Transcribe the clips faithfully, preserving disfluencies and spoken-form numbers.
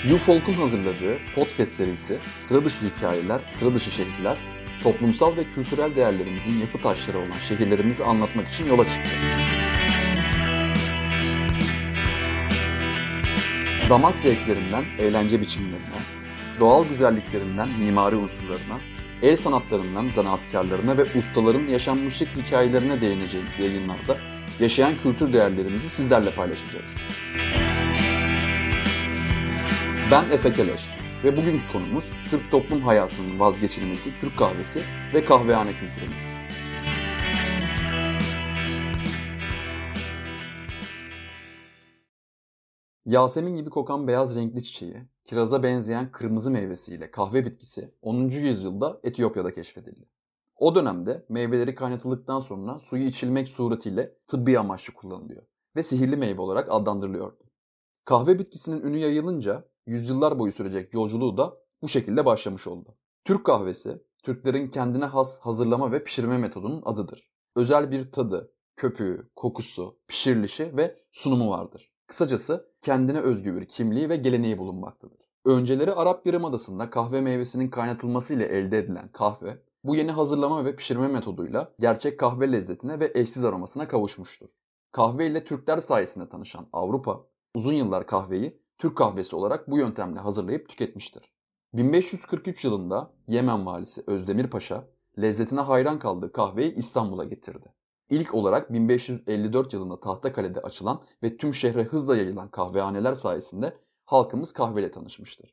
UFolk'un hazırladığı podcast serisi Sıra Dışı Hikayeler, Sıra Dışı Şehirler, toplumsal ve kültürel değerlerimizin yapı taşları olan şehirlerimizi anlatmak için yola çıktı. Damak zevklerinden eğlence biçimlerine, doğal güzelliklerinden mimari unsurlarına, el sanatlarından zanaatkarlarına ve ustaların yaşanmışlık hikayelerine değineceğimiz yayınlarda yaşayan kültür değerlerimizi sizlerle paylaşacağız. Ben Efe Keleş ve bugünkü konumuz Türk toplum hayatının vazgeçilmezi Türk kahvesi ve kahvehane kültürü. Yasemin gibi kokan beyaz renkli çiçeği, kiraza benzeyen kırmızı meyvesiyle kahve bitkisi onuncu yüzyılda Etiyopya'da keşfedildi. O dönemde meyveleri kaynatıldıktan sonra suyu içilmek suretiyle tıbbi amaçlı kullanılıyor ve sihirli meyve olarak adlandırılıyordu. Kahve bitkisinin ünü yayılınca yüzyıllar boyu sürecek yolculuğu da bu şekilde başlamış oldu. Türk kahvesi, Türklerin kendine has hazırlama ve pişirme metodunun adıdır. Özel bir tadı, köpüğü, kokusu, pişirilişi ve sunumu vardır. Kısacası kendine özgü bir kimliği ve geleneği bulunmaktadır. Önceleri Arap Yarımadası'nda kahve meyvesinin kaynatılmasıyla elde edilen kahve, bu yeni hazırlama ve pişirme metoduyla gerçek kahve lezzetine ve eşsiz aromasına kavuşmuştur. Kahve ile Türkler sayesinde tanışan Avrupa, uzun yıllar kahveyi Türk kahvesi olarak bu yöntemle hazırlayıp tüketmiştir. bin beş yüz kırk üç yılında Yemen valisi Özdemir Paşa, lezzetine hayran kaldığı kahveyi İstanbul'a getirdi. İlk olarak bin beş yüz elli dört yılında Tahtakale'de açılan ve tüm şehre hızla yayılan kahvehaneler sayesinde halkımız kahveyle tanışmıştır.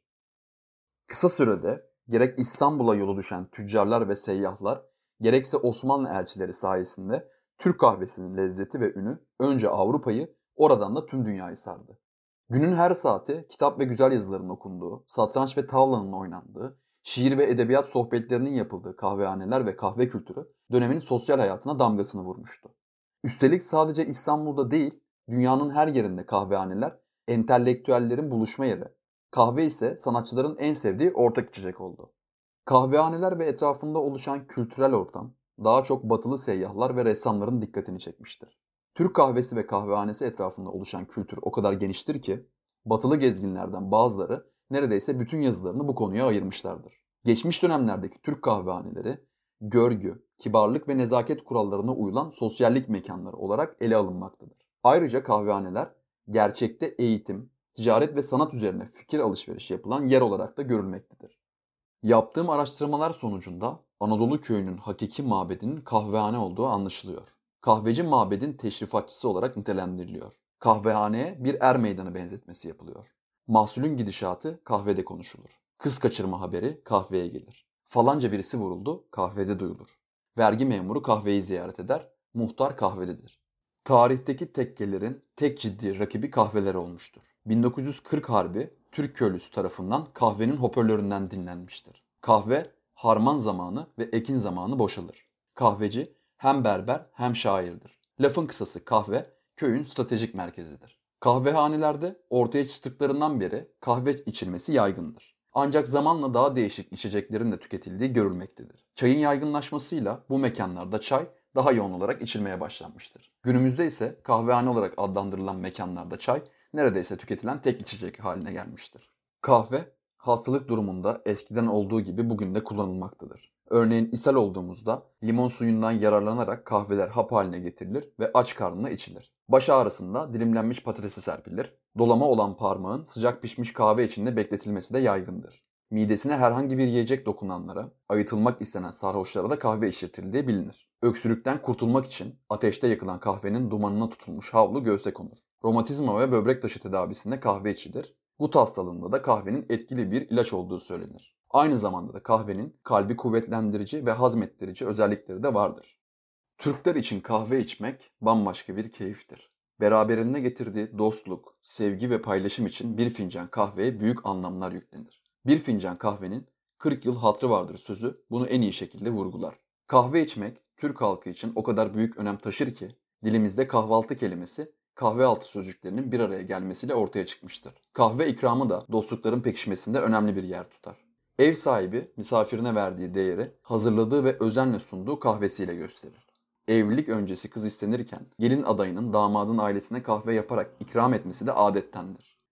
Kısa sürede gerek İstanbul'a yolu düşen tüccarlar ve seyyahlar, gerekse Osmanlı elçileri sayesinde Türk kahvesinin lezzeti ve ünü önce Avrupa'yı, oradan da tüm dünyayı sardı. Günün her saati kitap ve güzel yazıların okunduğu, satranç ve tavlanın oynandığı, şiir ve edebiyat sohbetlerinin yapıldığı kahvehaneler ve kahve kültürü dönemin sosyal hayatına damgasını vurmuştu. Üstelik sadece İstanbul'da değil, dünyanın her yerinde kahvehaneler entelektüellerin buluşma yeri. Kahve ise sanatçıların en sevdiği ortak içecek oldu. Kahvehaneler ve etrafında oluşan kültürel ortam daha çok batılı seyyahlar ve ressamların dikkatini çekmiştir. Türk kahvesi ve kahvehanesi etrafında oluşan kültür o kadar geniştir ki, batılı gezginlerden bazıları neredeyse bütün yazılarını bu konuya ayırmışlardır. Geçmiş dönemlerdeki Türk kahvehaneleri, görgü, kibarlık ve nezaket kurallarına uyulan sosyallik mekanları olarak ele alınmaktadır. Ayrıca kahvehaneler, gerçekte eğitim, ticaret ve sanat üzerine fikir alışverişi yapılan yer olarak da görülmektedir. Yaptığım araştırmalar sonucunda Anadolu köyünün hakiki mabedinin kahvehane olduğu anlaşılıyor. Kahveci mabedin teşrifatçısı olarak nitelendiriliyor. Kahvehaneye bir er meydanı benzetmesi yapılıyor. Mahsulün gidişatı kahvede konuşulur. Kız kaçırma haberi kahveye gelir. Falanca birisi vuruldu, kahvede duyulur. Vergi memuru kahveyi ziyaret eder, muhtar kahvededir. Tarihteki tekkelerin tek ciddi rakibi kahveler olmuştur. bin dokuz yüz kırk Harbi Türk köylüsü tarafından kahvenin hoparlöründen dinlenmiştir. Kahve harman zamanı ve ekin zamanı boşalır. Kahveci hem berber hem şairdir. Lafın kısası kahve köyün stratejik merkezidir. Kahvehanelerde ortaya çıktıklarından beri kahve içilmesi yaygındır. Ancak zamanla daha değişik içeceklerin de tüketildiği görülmektedir. Çayın yaygınlaşmasıyla bu mekanlarda çay daha yoğun olarak içilmeye başlanmıştır. Günümüzde ise kahvehane olarak adlandırılan mekanlarda çay neredeyse tüketilen tek içecek haline gelmiştir. Kahve, hastalık durumunda eskiden olduğu gibi bugün de kullanılmaktadır. Örneğin ishal olduğumuzda limon suyundan yararlanarak kahveler hap haline getirilir ve aç karnına içilir. Baş ağrısında dilimlenmiş patatesi serpilir. Dolama olan parmağın sıcak pişmiş kahve içinde bekletilmesi de yaygındır. Midesine herhangi bir yiyecek dokunanlara, ayıtılmak istenen sarhoşlara da kahve içirtildiği bilinir. Öksürükten kurtulmak için ateşte yakılan kahvenin dumanına tutulmuş havlu göğse konur. Romatizma ve böbrek taşı tedavisinde kahve içilir. Gut hastalığında da kahvenin etkili bir ilaç olduğu söylenir. Aynı zamanda da kahvenin kalbi kuvvetlendirici ve hazmettirici özellikleri de vardır. Türkler için kahve içmek bambaşka bir keyiftir. Beraberinde getirdiği dostluk, sevgi ve paylaşım için bir fincan kahveye büyük anlamlar yüklenir. Bir fincan kahvenin kırk yıl hatrı vardır sözü bunu en iyi şekilde vurgular. Kahve içmek Türk halkı için o kadar büyük önem taşır ki dilimizde kahvaltı kelimesi kahvealtı sözcüklerinin bir araya gelmesiyle ortaya çıkmıştır. Kahve ikramı da dostlukların pekişmesinde önemli bir yer tutar. Ev sahibi misafirine verdiği değeri hazırladığı ve özenle sunduğu kahvesiyle gösterir. Evlilik öncesi kız istenirken gelin adayının damadın ailesine kahve yaparak ikram etmesi de adettendir.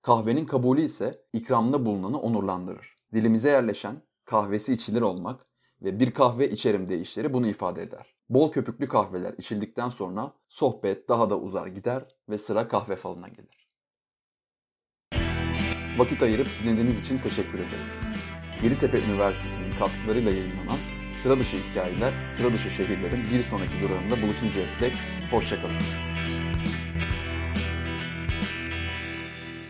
Kahvenin kabulü ise ikramda bulunanı onurlandırır. Dilimize yerleşen kahvesi içilir olmak ve bir kahve içerim deyişleri bunu ifade eder. Bol köpüklü kahveler içildikten sonra sohbet daha da uzar gider ve sıra kahve falına gelir. Vakit ayırıp dinlediğiniz için teşekkür ederiz. Yeditepe Üniversitesi'nin katkılarıyla yayınlanan Sıra Dışı Hikayeler, Sıra Dışı Şehirlerin bir sonraki durağında buluşuncaya dek hoşça kalın.